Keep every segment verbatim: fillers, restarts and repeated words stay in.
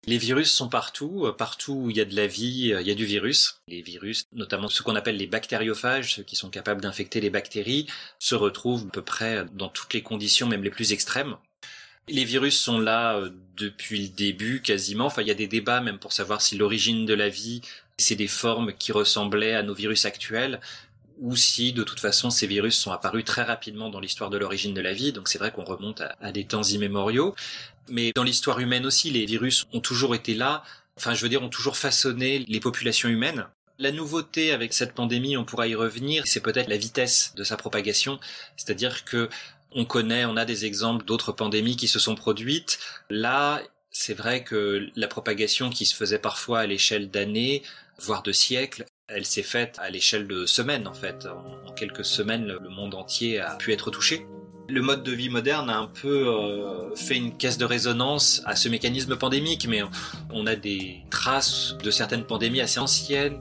Les virus sont partout. Partout où il y a de la vie, il y a du virus. Les virus, notamment ce qu'on appelle les bactériophages, ceux qui sont capables d'infecter les bactéries, se retrouvent à peu près dans toutes les conditions, même les plus extrêmes. Les virus sont là depuis le début, quasiment. Enfin, il y a des débats même pour savoir si l'origine de la vie, c'est des formes qui ressemblaient à nos virus actuels, ou si, de toute façon, ces virus sont apparus très rapidement dans l'histoire de l'origine de la vie. Donc c'est vrai qu'on remonte à, à des temps immémoriaux. Mais dans l'histoire humaine aussi, les virus ont toujours été là. Enfin, je veux dire, ont toujours façonné les populations humaines. La nouveauté avec cette pandémie, on pourra y revenir, c'est peut-être la vitesse de sa propagation. C'est-à-dire que on connaît, on a des exemples d'autres pandémies qui se sont produites. Là, c'est vrai que la propagation qui se faisait parfois à l'échelle d'années, voire de siècles, elle s'est faite à l'échelle de semaines en fait. En quelques semaines, le monde entier a pu être touché. Le mode de vie moderne a un peu euh, fait une caisse de résonance à ce mécanisme pandémique, mais on a des traces de certaines pandémies assez anciennes.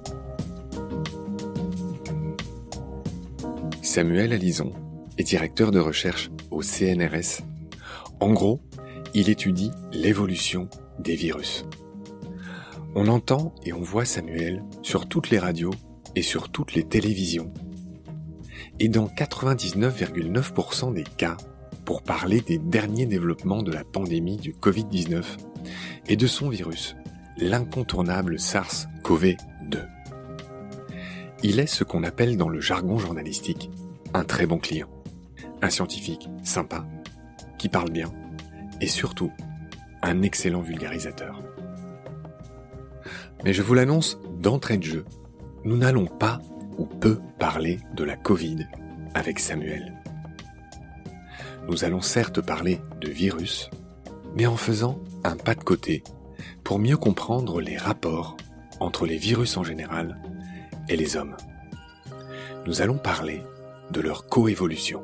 Samuel Alison est directeur de recherche au C N R S. En gros, il étudie l'évolution des virus. On entend et on voit Samuel sur toutes les radios et sur toutes les télévisions. Et dans quatre-vingt-dix-neuf virgule neuf pour cent des cas, pour parler des derniers développements de la pandémie du covid dix-neuf et de son virus, l'incontournable SARS-C o V deux. Il est ce qu'on appelle dans le jargon journalistique un très bon client. Un scientifique sympa, qui parle bien, et surtout, un excellent vulgarisateur. Mais je vous l'annonce d'entrée de jeu, nous n'allons pas ou peu parler de la Covid avec Samuel. Nous allons certes parler de virus, mais en faisant un pas de côté pour mieux comprendre les rapports entre les virus en général et les hommes. Nous allons parler de leur coévolution.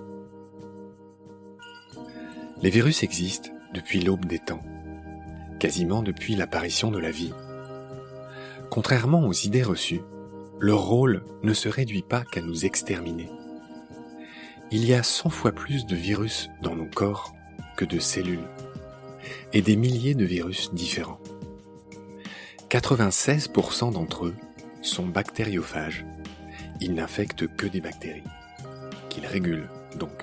Les virus existent depuis l'aube des temps, quasiment depuis l'apparition de la vie. Contrairement aux idées reçues, leur rôle ne se réduit pas qu'à nous exterminer. Il y a cent fois plus de virus dans nos corps que de cellules, et des milliers de virus différents. quatre-vingt-seize pour cent d'entre eux sont bactériophages. Ils n'infectent que des bactéries, qu'ils régulent donc.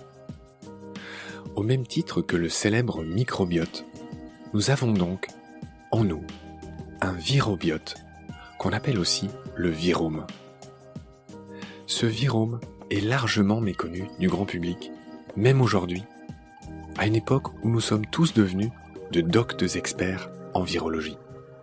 Au même titre que le célèbre microbiote, nous avons donc, en nous, un virobiote, qu'on appelle aussi le virome. Ce virome est largement méconnu du grand public, même aujourd'hui, à une époque où nous sommes tous devenus de doctes experts en virologie.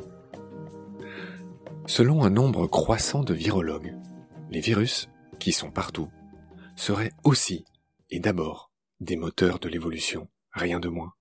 Selon un nombre croissant de virologues, les virus, qui sont partout, seraient aussi, et d'abord, des moteurs de l'évolution, rien de moins.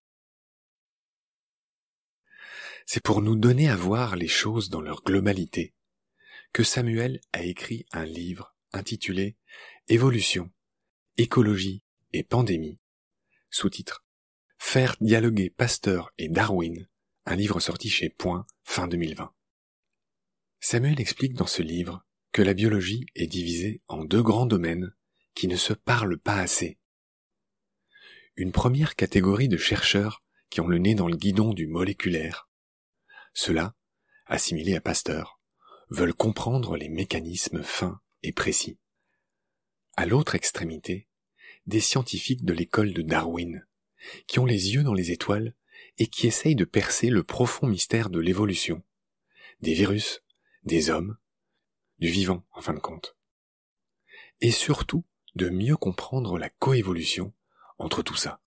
C'est pour nous donner à voir les choses dans leur globalité que Samuel a écrit un livre intitulé « Évolution, écologie et pandémie », sous-titre « Faire dialoguer Pasteur et Darwin », un livre sorti chez Point fin deux mille vingt. Samuel explique dans ce livre que la biologie est divisée en deux grands domaines qui ne se parlent pas assez. Une première catégorie de chercheurs qui ont le nez dans le guidon du moléculaire. Ceux-là, assimilés à Pasteur, veulent comprendre les mécanismes fins et précis. À l'autre extrémité, des scientifiques de l'école de Darwin, qui ont les yeux dans les étoiles et qui essayent de percer le profond mystère de l'évolution, des virus, des hommes, du vivant en fin de compte. Et surtout, de mieux comprendre la coévolution entre tout ça.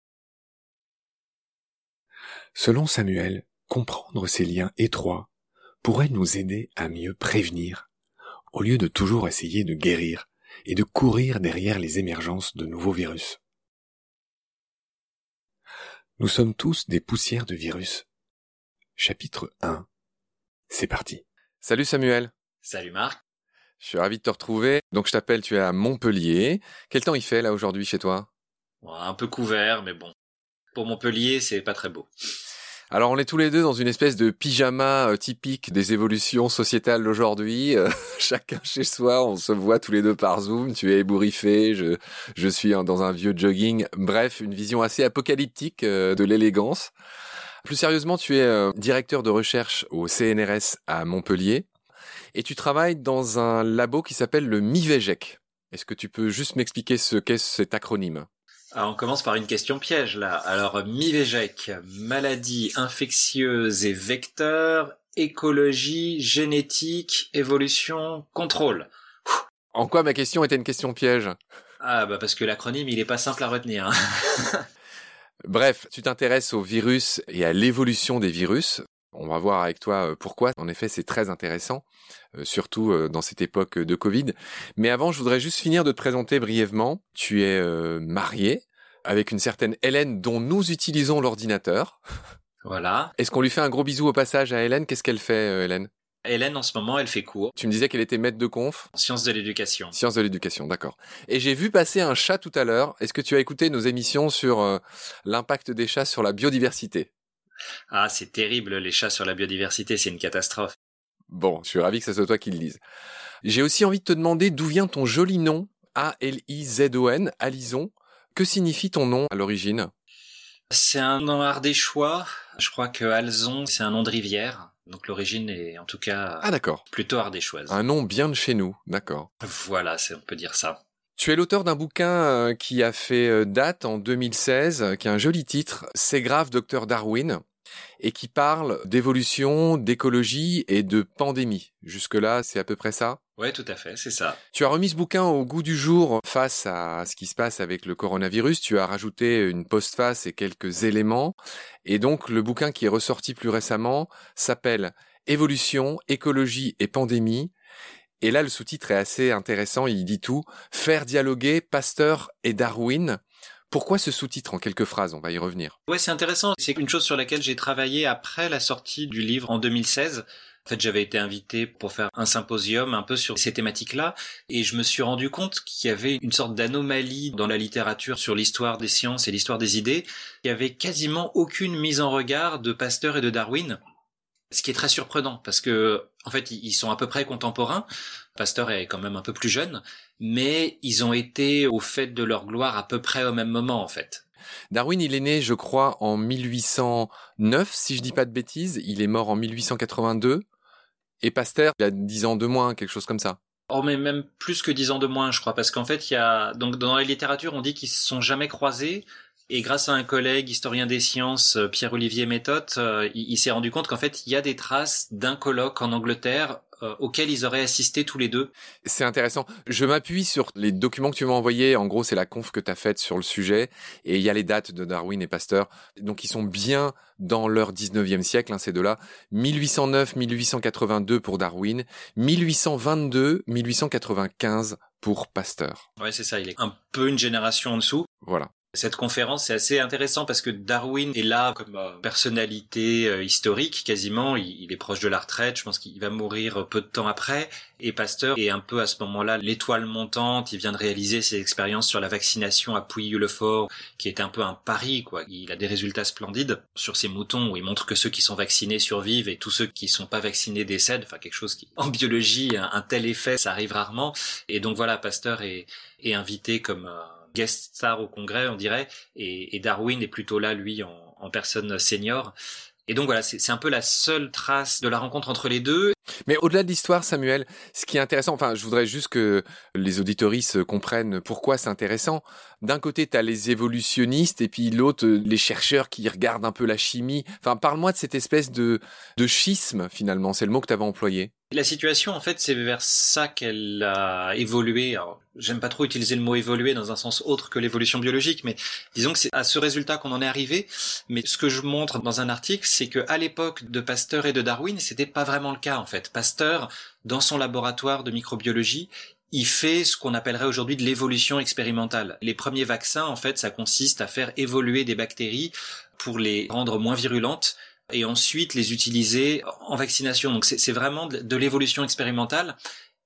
Selon Samuel, comprendre ces liens étroits pourrait nous aider à mieux prévenir, au lieu de toujours essayer de guérir et de courir derrière les émergences de nouveaux virus. Nous sommes tous des poussières de virus. Chapitre un. C'est parti. Salut Samuel. Salut Marc. Je suis ravi de te retrouver. Donc je t'appelle, tu es à Montpellier. Quel temps il fait là aujourd'hui chez toi ? Bon, un peu couvert, mais bon. Pour Montpellier, c'est pas très beau. Alors on est tous les deux dans une espèce de pyjama euh, typique des évolutions sociétales d'aujourd'hui. Euh, chacun chez soi, on se voit tous les deux par Zoom. Tu es ébouriffé, je, je suis dans un vieux jogging. Bref, une vision assez apocalyptique euh, de l'élégance. Plus sérieusement, tu es euh, directeur de recherche au C N R S à Montpellier et tu travailles dans un labo qui s'appelle le MIVEGEC. Est-ce que tu peux juste m'expliquer ce qu'est cet acronyme ? Alors, on commence par une question piège, là. Alors, MIVEGEC, maladies infectieuses et vecteurs, écologie, génétique, évolution, contrôle. En quoi ma question était une question piège ? Ah, bah, parce que l'acronyme, il est pas simple à retenir. Hein. Bref, tu t'intéresses aux virus et à l'évolution des virus. On va voir avec toi pourquoi. En effet, c'est très intéressant, euh, surtout euh, dans cette époque de Covid. Mais avant, je voudrais juste finir de te présenter brièvement. Tu es euh, marié avec une certaine Hélène dont nous utilisons l'ordinateur. Voilà. Est-ce qu'on lui fait un gros bisou au passage à Hélène ? Qu'est-ce qu'elle fait, euh, Hélène ? Hélène, en ce moment, elle fait cours. Tu me disais qu'elle était maître de conf ? Sciences de l'éducation. Sciences de l'éducation, d'accord. Et j'ai vu passer un chat tout à l'heure. Est-ce que tu as écouté nos émissions sur euh, l'impact des chats sur la biodiversité ? Ah, c'est terrible, les chats sur la biodiversité, c'est une catastrophe. Bon, je suis ravi que ce soit toi qui le dise. J'ai aussi envie de te demander d'où vient ton joli nom, A L I Z O N, Alison. Que signifie ton nom à l'origine ? C'est un nom ardéchois. Je crois que Alzon, c'est un nom de rivière. Donc l'origine est en tout cas ah, d'accord. Plutôt ardéchoise. Un nom bien de chez nous, d'accord. Voilà, c'est, on peut dire ça. Tu es l'auteur d'un bouquin qui a fait date en deux mille seize, qui a un joli titre, « C'est grave, docteur Darwin », et qui parle d'évolution, d'écologie et de pandémie. Jusque-là, c'est à peu près ça ? Ouais, tout à fait, c'est ça. Tu as remis ce bouquin au goût du jour face à ce qui se passe avec le coronavirus. Tu as rajouté une postface et quelques éléments. Et donc, le bouquin qui est ressorti plus récemment s'appelle « Évolution, écologie et pandémie ». Et là, le sous-titre est assez intéressant. Il dit tout. « Faire dialoguer Pasteur et Darwin ». Pourquoi ce sous-titre en quelques phrases ? On va y revenir. Ouais, c'est intéressant. C'est une chose sur laquelle j'ai travaillé après la sortie du livre en deux mille seize. En fait, j'avais été invité pour faire un symposium un peu sur ces thématiques-là, et je me suis rendu compte qu'il y avait une sorte d'anomalie dans la littérature sur l'histoire des sciences et l'histoire des idées. Il y avait quasiment aucune mise en regard de Pasteur et de Darwin. Ce qui est très surprenant, parce que, en fait, ils sont à peu près contemporains. Pasteur est quand même un peu plus jeune, mais ils ont été au fait de leur gloire à peu près au même moment, en fait. Darwin, il est né, je crois, en mille huit cent neuf, si je dis pas de bêtises. Il est mort en mille huit cent quatre-vingt-deux. Et Pasteur, il a dix ans de moins, quelque chose comme ça. Oh, mais même plus que dix ans de moins, je crois, parce qu'en fait, il y a, donc, dans la littérature, on dit qu'ils se sont jamais croisés. Et grâce à un collègue historien des sciences, Pierre-Olivier Méthode, euh, il, il s'est rendu compte qu'en fait, il y a des traces d'un colloque en Angleterre euh, auquel ils auraient assisté tous les deux. C'est intéressant. Je m'appuie sur les documents que tu m'as envoyés. En gros, c'est la conf que tu as faite sur le sujet. Et il y a les dates de Darwin et Pasteur. Donc, ils sont bien dans leur dix-neuvième siècle, hein, ces deux-là. mille huit cent neuf, mille huit cent quatre-vingt-deux pour Darwin. mille huit cent vingt-deux, mille huit cent quatre-vingt-quinze pour Pasteur. Ouais, c'est ça. Il est un peu une génération en dessous. Voilà. Cette conférence, c'est assez intéressant parce que Darwin est là comme euh, personnalité euh, historique quasiment. Il, il est proche de la retraite. Je pense qu'il va mourir peu de temps après. Et Pasteur est un peu à ce moment-là l'étoile montante. Il vient de réaliser ses expériences sur la vaccination à Pouilly-le-Fort, qui est un peu un pari, quoi. Il a des résultats splendides sur ses moutons où il montre que ceux qui sont vaccinés survivent et tous ceux qui sont pas vaccinés décèdent. Enfin, quelque chose qui, en biologie, un, un tel effet, ça arrive rarement. Et donc voilà, Pasteur est, est invité comme euh, guest star au congrès, on dirait, et, et Darwin est plutôt là, lui, en, en personne senior. Et donc voilà, c'est, c'est un peu la seule trace de la rencontre entre les deux. Mais au-delà de l'histoire, Samuel, ce qui est intéressant, enfin, je voudrais juste que les auditoristes comprennent pourquoi c'est intéressant. D'un côté, tu as les évolutionnistes et puis l'autre, les chercheurs qui regardent un peu la chimie. Enfin, parle-moi de cette espèce de, de schisme, finalement. C'est le mot que tu avais employé. La situation, en fait, c'est vers ça qu'elle a évolué. Alors, j'aime pas trop utiliser le mot évoluer dans un sens autre que l'évolution biologique, mais disons que c'est à ce résultat qu'on en est arrivé. Mais ce que je montre dans un article, c'est que à l'époque de Pasteur et de Darwin, c'était pas vraiment le cas, en fait. Pasteur, dans son laboratoire de microbiologie, il fait ce qu'on appellerait aujourd'hui de l'évolution expérimentale. Les premiers vaccins, en fait, ça consiste à faire évoluer des bactéries pour les rendre moins virulentes et ensuite les utiliser en vaccination. Donc c'est, c'est vraiment de, de l'évolution expérimentale.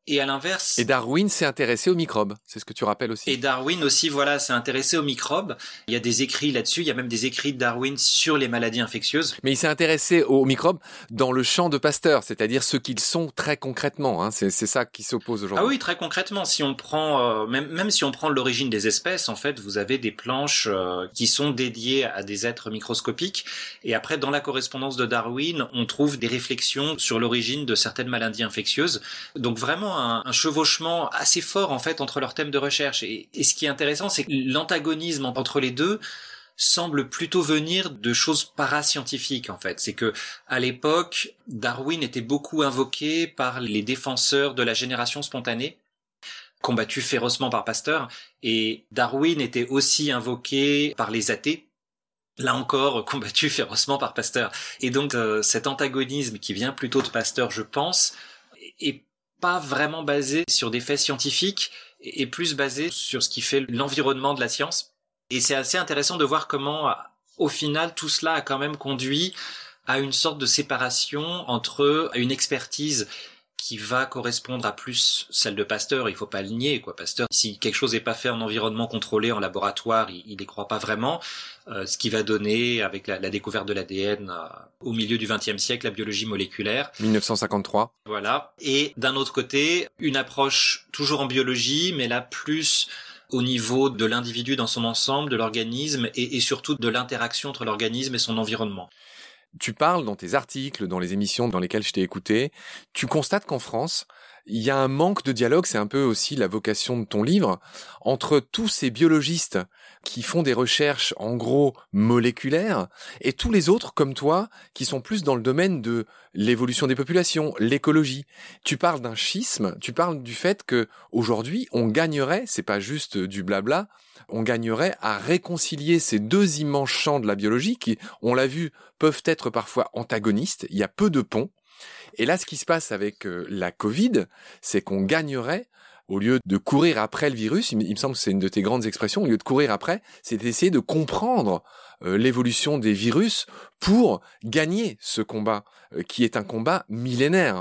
Et à l'inverse... Et Darwin s'est intéressé aux microbes, c'est ce que tu rappelles aussi. Et Darwin aussi, voilà, s'est intéressé aux microbes. Il y a des écrits là-dessus, il y a même des écrits de Darwin sur les maladies infectieuses. Mais il s'est intéressé aux microbes dans le champ de Pasteur, c'est-à-dire ce qu'ils sont très concrètement. Hein. C'est, c'est ça qui s'oppose aujourd'hui. Ah oui, très concrètement. Si on prend, euh, même, même si on prend l'origine des espèces, en fait, vous avez des planches euh, qui sont dédiées à des êtres microscopiques. Et après, dans la correspondance de Darwin, on trouve des réflexions sur l'origine de certaines maladies infectieuses. Donc vraiment un, un chevauchement assez fort en fait entre leurs thèmes de recherche. Et, et ce qui est intéressant, c'est que l'antagonisme entre les deux semble plutôt venir de choses parascientifiques en fait. C'est que à l'époque, Darwin était beaucoup invoqué par les défenseurs de la génération spontanée, combattu férocement par Pasteur, et Darwin était aussi invoqué par les athées, là encore combattu férocement par Pasteur. Et donc euh, cet antagonisme qui vient plutôt de Pasteur, je pense, est pas vraiment basé sur des faits scientifiques et plus basé sur ce qui fait l'environnement de la science. Et c'est assez intéressant de voir comment, au final, tout cela a quand même conduit à une sorte de séparation entre une expertise qui va correspondre à plus celle de Pasteur. Il faut pas le nier, quoi. Pasteur, si quelque chose n'est pas fait en environnement contrôlé, en laboratoire, il, il y croit pas vraiment. Euh, ce qui va donner, avec la, la découverte de l'A D N euh, au milieu du vingtième siècle, la biologie moléculaire. dix-neuf cent cinquante-trois. Voilà. Et d'un autre côté, une approche toujours en biologie, mais là plus au niveau de l'individu dans son ensemble, de l'organisme et, et surtout de l'interaction entre l'organisme et son environnement. Tu parles dans tes articles, dans les émissions dans lesquelles je t'ai écouté, tu constates qu'en France, il y a un manque de dialogue, c'est un peu aussi la vocation de ton livre, entre tous ces biologistes qui font des recherches en gros moléculaires et tous les autres comme toi qui sont plus dans le domaine de l'évolution des populations, l'écologie. Tu parles d'un schisme, tu parles du fait que aujourd'hui on gagnerait, c'est pas juste du blabla, on gagnerait à réconcilier ces deux immenses champs de la biologie qui, on l'a vu, peuvent être parfois antagonistes, il y a peu de ponts. Et là, ce qui se passe avec euh, la Covid, c'est qu'on gagnerait, au lieu de courir après le virus, il me, il me semble que c'est une de tes grandes expressions, au lieu de courir après, c'est d'essayer de comprendre euh, l'évolution des virus pour gagner ce combat, euh, qui est un combat millénaire.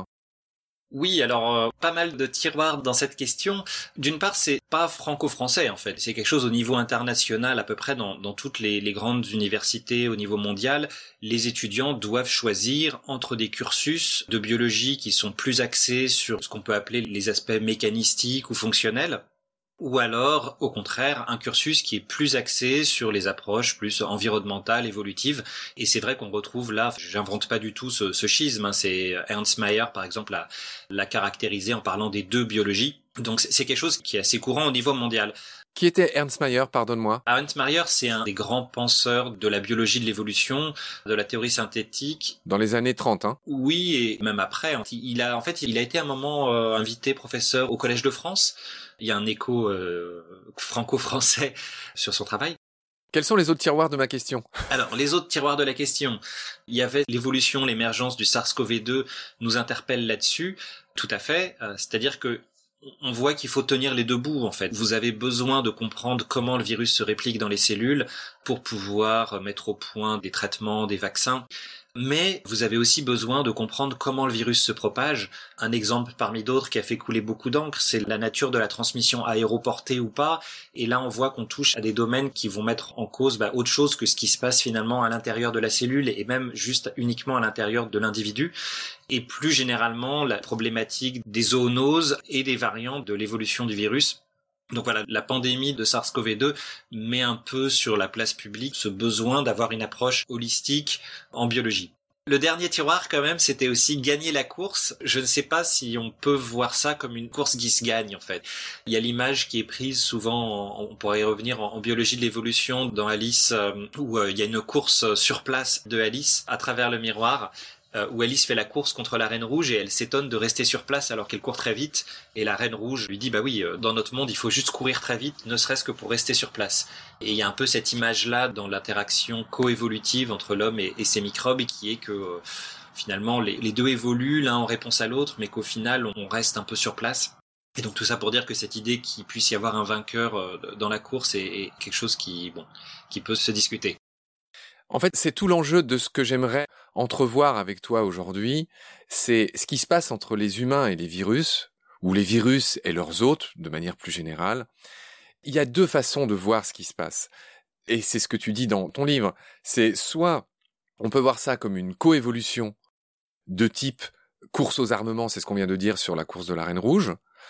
Oui, alors euh, pas mal de tiroirs dans cette question. D'une part, c'est pas franco-français en fait, c'est quelque chose au niveau international à peu près dans, dans toutes les, les grandes universités au niveau mondial. Les étudiants doivent choisir entre des cursus de biologie qui sont plus axés sur ce qu'on peut appeler les aspects mécanistiques ou fonctionnels, ou alors, au contraire, un cursus qui est plus axé sur les approches plus environnementales, évolutives. Et c'est vrai qu'on retrouve là, j'invente pas du tout ce, ce schisme, hein, c'est Ernst Mayr, par exemple, l'a, l'a caractérisé en parlant des deux biologies. Donc c'est quelque chose qui est assez courant au niveau mondial. Qui était Ernst Mayr, pardonne-moi? Ernst Mayr, c'est un des grands penseurs de la biologie de l'évolution, de la théorie synthétique. Dans les années trente, hein? Oui, et même après. Il a, en fait, il a été à un moment euh, invité professeur au Collège de France. Il y a un écho euh, franco-français sur son travail. Quels sont les autres tiroirs de ma question? Alors, les autres tiroirs de la question. Il y avait l'évolution, l'émergence du SARS-C o V deux nous interpelle là-dessus. Tout à fait. Euh, c'est-à-dire que on voit qu'il faut tenir les deux bouts, en fait. Vous avez besoin de comprendre comment le virus se réplique dans les cellules pour pouvoir mettre au point des traitements, des vaccins. Mais vous avez aussi besoin de comprendre comment le virus se propage. Un exemple parmi d'autres qui a fait couler beaucoup d'encre, c'est la nature de la transmission aéroportée ou pas. Et là, on voit qu'on touche à des domaines qui vont mettre en cause bah, autre chose que ce qui se passe finalement à l'intérieur de la cellule et même juste uniquement à l'intérieur de l'individu. Et plus généralement, la problématique des zoonoses et des variants de l'évolution du virus. Donc voilà, la pandémie de SARS-C o V deux met un peu sur la place publique ce besoin d'avoir une approche holistique en biologie. Le dernier tiroir quand même, c'était aussi gagner la course. Je ne sais pas si on peut voir ça comme une course qui se gagne en fait. Il y a l'image qui est prise souvent, on pourrait y revenir en biologie de l'évolution dans Alice, où il y a une course sur place de Alice à travers le miroir. Où Alice fait la course contre la Reine Rouge et elle s'étonne de rester sur place alors qu'elle court très vite. Et la Reine Rouge lui dit, bah oui, dans notre monde, il faut juste courir très vite, ne serait-ce que pour rester sur place. Et il y a un peu cette image-là dans l'interaction coévolutive entre l'homme et, et ses microbes, qui est que euh, finalement, les, les deux évoluent l'un en réponse à l'autre, mais qu'au final, on reste un peu sur place. Et donc tout ça pour dire que cette idée qu'il puisse y avoir un vainqueur euh, dans la course est, est quelque chose qui, bon, qui peut se discuter. En fait, c'est tout l'enjeu de ce que j'aimerais entrevoir avec toi aujourd'hui. C'est ce qui se passe entre les humains et les virus, ou les virus et leurs hôtes, de manière plus générale, il y a deux façons de voir ce qui se passe. Et c'est ce que tu dis dans ton livre. C'est soit on peut voir ça comme une coévolution de type course aux armements, c'est ce qu'on vient de dire sur la course de la Reine Rouge,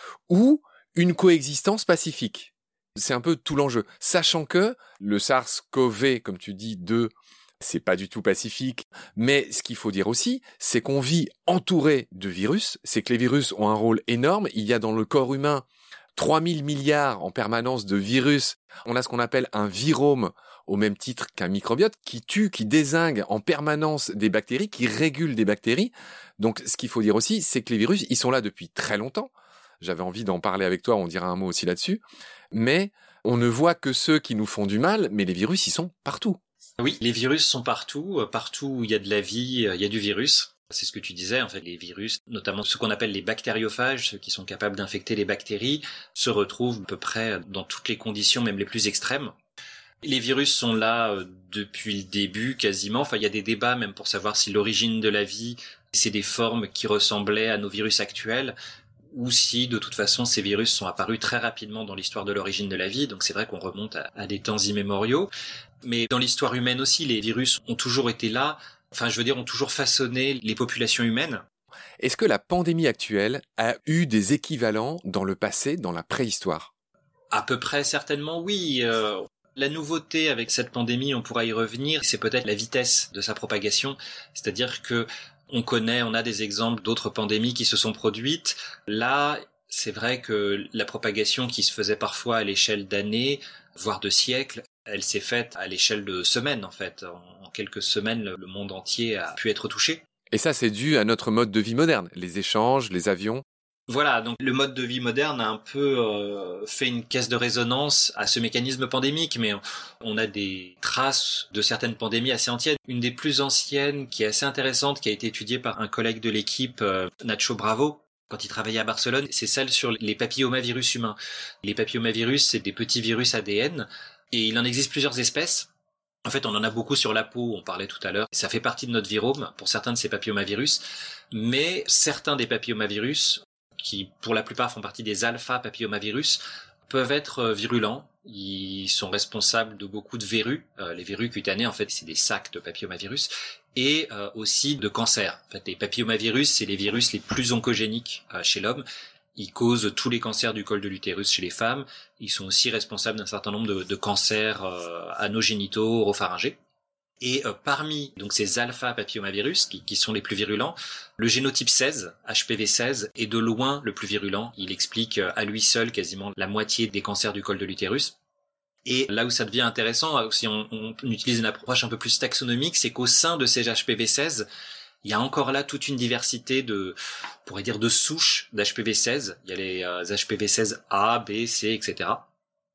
ou une coexistence pacifique. C'est un peu tout l'enjeu. Sachant que le SARS-CoV, V, comme tu dis, deux, c'est pas du tout pacifique. Mais ce qu'il faut dire aussi, c'est qu'on vit entouré de virus. C'est que les virus ont un rôle énorme. Il y a dans le corps humain trois mille milliards en permanence de virus. On a ce qu'on appelle un virome, au même titre qu'un microbiote, qui tue, qui dézingue en permanence des bactéries, qui régule des bactéries. Donc, ce qu'il faut dire aussi, c'est que les virus, ils sont là depuis très longtemps. J'avais envie d'en parler avec toi, on dira un mot aussi là-dessus. Mais on ne voit que ceux qui nous font du mal, mais les virus, ils sont partout. Oui, les virus sont partout. Partout où il y a de la vie, il y a du virus. C'est ce que tu disais, en fait, les virus, notamment ce qu'on appelle les bactériophages, ceux qui sont capables d'infecter les bactéries, se retrouvent à peu près dans toutes les conditions, même les plus extrêmes. Les virus sont là euh, depuis le début, quasiment. Enfin, il y a des débats même pour savoir si l'origine de la vie, c'est des formes qui ressemblaient à nos virus actuels, ou si, de toute façon, ces virus sont apparus très rapidement dans l'histoire de l'origine de la vie. Donc c'est vrai qu'on remonte à, à des temps immémoriaux. Mais dans l'histoire humaine aussi, les virus ont toujours été là. Enfin, je veux dire, ont toujours façonné les populations humaines. Est-ce que la pandémie actuelle a eu des équivalents dans le passé, dans la préhistoire ? À peu près, certainement, oui. Euh, la nouveauté avec cette pandémie, on pourra y revenir, c'est peut-être la vitesse de sa propagation. C'est-à-dire que on connaît, on a des exemples d'autres pandémies qui se sont produites. Là, c'est vrai que la propagation qui se faisait parfois à l'échelle d'années, voire de siècles, elle s'est faite à l'échelle de semaines, en fait. En quelques semaines, le monde entier a pu être touché. Et ça, c'est dû à notre mode de vie moderne, les échanges, les avions. Voilà, donc le mode de vie moderne a un peu euh, fait une caisse de résonance à ce mécanisme pandémique, mais on a des traces de certaines pandémies assez anciennes. Une des plus anciennes, qui est assez intéressante, qui a été étudiée par un collègue de l'équipe, euh, Nacho Bravo, quand il travaillait à Barcelone, c'est celle sur les papillomavirus humains. Les papillomavirus, c'est des petits virus A D N, et il en existe plusieurs espèces. En fait, on en a beaucoup sur la peau, on parlait tout à l'heure. Ça fait partie de notre virome pour certains de ces papillomavirus, mais certains des papillomavirus, qui pour la plupart font partie des alpha papillomavirus, peuvent être virulents. Ils sont responsables de beaucoup de verrues. Euh, les verrues cutanées, en fait, c'est des sacs de papillomavirus, et euh, aussi de cancer. En fait, les papillomavirus, c'est les virus les plus oncogéniques euh, chez l'homme. Ils causent tous les cancers du col de l'utérus chez les femmes. Ils sont aussi responsables d'un certain nombre de, de cancers euh, anogénitaux, oropharyngés. Et euh, parmi donc ces alpha papillomavirus qui, qui sont les plus virulents, le génotype seize, H P V seize, est de loin le plus virulent. Il explique euh, à lui seul quasiment la moitié des cancers du col de l'utérus. Et là où ça devient intéressant, si on, on utilise une approche un peu plus taxonomique, c'est qu'au sein de ces H P V seize, il y a encore là toute une diversité de, on pourrait dire, de souches d'H P V seize. Il y a les euh, H P V seize A, B, C, et cetera.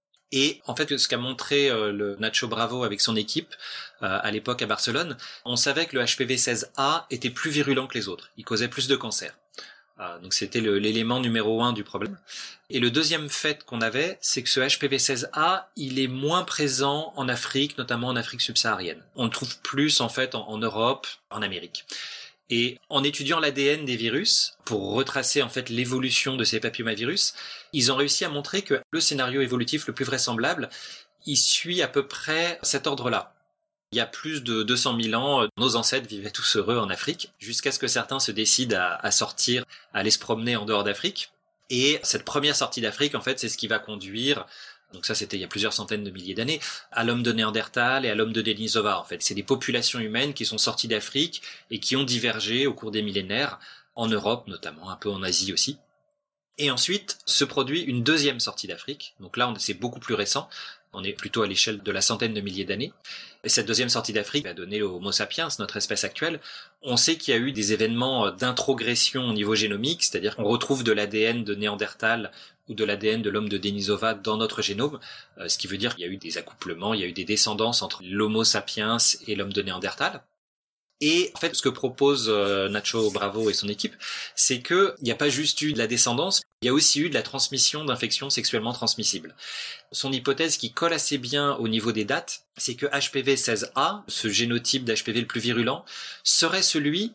Et en fait, ce qu'a montré euh, le Nacho Bravo avec son équipe euh, à l'époque à Barcelone, on savait que le H P V seize A était plus virulent que les autres. Il causait plus de cancers. Euh, donc c'était le, l'élément numéro un du problème. Et le deuxième fait qu'on avait, c'est que ce H P V seize A, il est moins présent en Afrique, notamment en Afrique subsaharienne. On le trouve plus en fait en, en Europe, en Amérique. Et en étudiant l'A D N des virus, pour retracer en fait l'évolution de ces papillomavirus, ils ont réussi à montrer que le scénario évolutif le plus vraisemblable, il suit à peu près cet ordre-là. Il y a plus de deux cent mille ans, nos ancêtres vivaient tous heureux en Afrique, jusqu'à ce que certains se décident à, à sortir, à aller se promener en dehors d'Afrique. Et cette première sortie d'Afrique, en fait, c'est ce qui va conduire, donc ça c'était il y a plusieurs centaines de milliers d'années, à l'homme de Néandertal et à l'homme de Denisova, en fait. C'est des populations humaines qui sont sorties d'Afrique et qui ont divergé au cours des millénaires, en Europe notamment, un peu en Asie aussi. Et ensuite se produit une deuxième sortie d'Afrique, donc là c'est beaucoup plus récent, on est plutôt à l'échelle de la centaine de milliers d'années. Et cette deuxième sortie d'Afrique a donné au Homo sapiens, notre espèce actuelle. On sait qu'il y a eu des événements d'introgression au niveau génomique, c'est-à-dire qu'on retrouve de l'A D N de Néandertal ou de l'A D N de l'homme de Denisova dans notre génome, euh, ce qui veut dire qu'il y a eu des accouplements, il y a eu des descendances entre l'Homo sapiens et l'homme de Néandertal. Et en fait, ce que propose euh, Nacho Bravo et son équipe, c'est qu'il n'y a pas juste eu de la descendance, il y a aussi eu de la transmission d'infections sexuellement transmissibles. Son hypothèse qui colle assez bien au niveau des dates, c'est que H P V seize A, ce génotype d'H P V le plus virulent, serait celui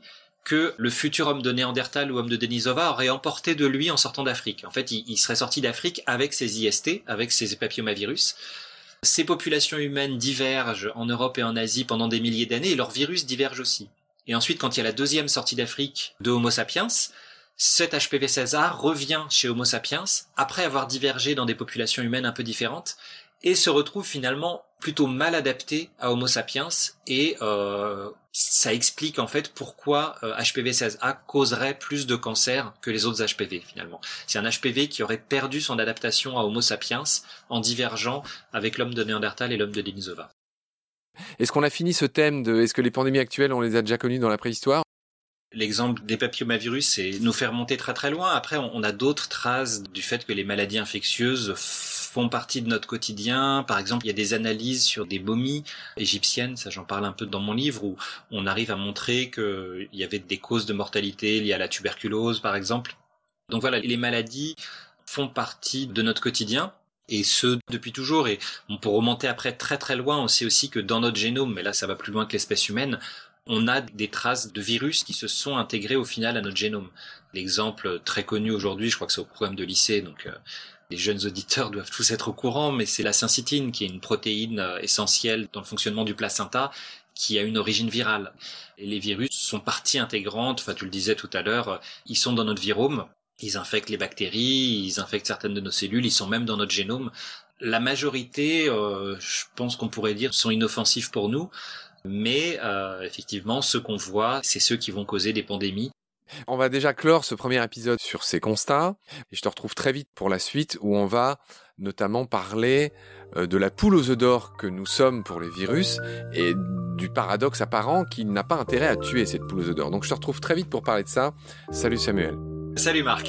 que le futur homme de Néandertal ou homme de Denisova aurait emporté de lui en sortant d'Afrique. En fait, il, il serait sorti d'Afrique avec ses I S T, avec ses papillomavirus. Ces populations humaines divergent en Europe et en Asie pendant des milliers d'années et leurs virus divergent aussi. Et ensuite, quand il y a la deuxième sortie d'Afrique de Homo sapiens, cet H P V seize A revient chez Homo sapiens après avoir divergé dans des populations humaines un peu différentes et se retrouve finalement plutôt mal adapté à Homo sapiens et euh, ça explique en fait pourquoi euh, H P V seize A causerait plus de cancer que les autres H P V finalement. C'est un H P V qui aurait perdu son adaptation à Homo sapiens en divergeant avec l'homme de Néandertal et l'homme de Denisova. Est-ce qu'on a fini ce thème de est-ce que les pandémies actuelles, on les a déjà connues dans la préhistoire ? L'exemple des papillomavirus, c'est nous faire monter très très loin. Après, on a d'autres traces du fait que les maladies infectieuses font partie de notre quotidien. Par exemple, il y a des analyses sur des momies égyptiennes, ça j'en parle un peu dans mon livre, où on arrive à montrer qu'il y avait des causes de mortalité liées à la tuberculose, par exemple. Donc voilà, les maladies font partie de notre quotidien. Et ce, depuis toujours. Et pour remonter après très très loin, on sait aussi que dans notre génome, mais là ça va plus loin que l'espèce humaine, on a des traces de virus qui se sont intégrés au final à notre génome. L'exemple très connu aujourd'hui, je crois que c'est au programme de lycée, donc euh, les jeunes auditeurs doivent tous être au courant, mais c'est la syncytine, qui est une protéine euh, essentielle dans le fonctionnement du placenta, qui a une origine virale. Et les virus sont partie intégrante, enfin tu le disais tout à l'heure, euh, ils sont dans notre virome, ils infectent les bactéries, ils infectent certaines de nos cellules, ils sont même dans notre génome. La majorité, euh, je pense qu'on pourrait dire, sont inoffensifs pour nous. Mais euh, effectivement, ceux qu'on voit, c'est ceux qui vont causer des pandémies. On va déjà clore ce premier épisode sur ces constats. Et je te retrouve très vite pour la suite où on va notamment parler de la poule aux œufs d'or que nous sommes pour les virus et du paradoxe apparent qu'il n'a pas intérêt à tuer cette poule aux œufs d'or. Donc je te retrouve très vite pour parler de ça. Salut Samuel. Salut Marc.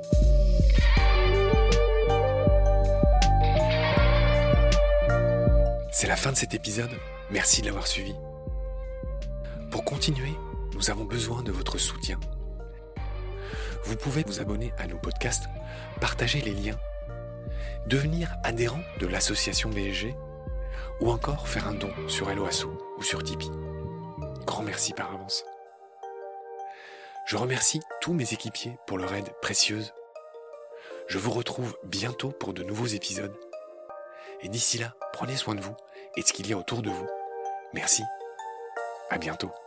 C'est la fin de cet épisode. Merci de l'avoir suivi. Pour continuer, nous avons besoin de votre soutien. Vous pouvez vous abonner à nos podcasts, partager les liens, devenir adhérent de l'association B S G ou encore faire un don sur Helloasso ou sur Tipeee. Grand merci par avance. Je remercie tous mes équipiers pour leur aide précieuse. Je vous retrouve bientôt pour de nouveaux épisodes. Et d'ici là, prenez soin de vous et de ce qu'il y a autour de vous. Merci. À bientôt.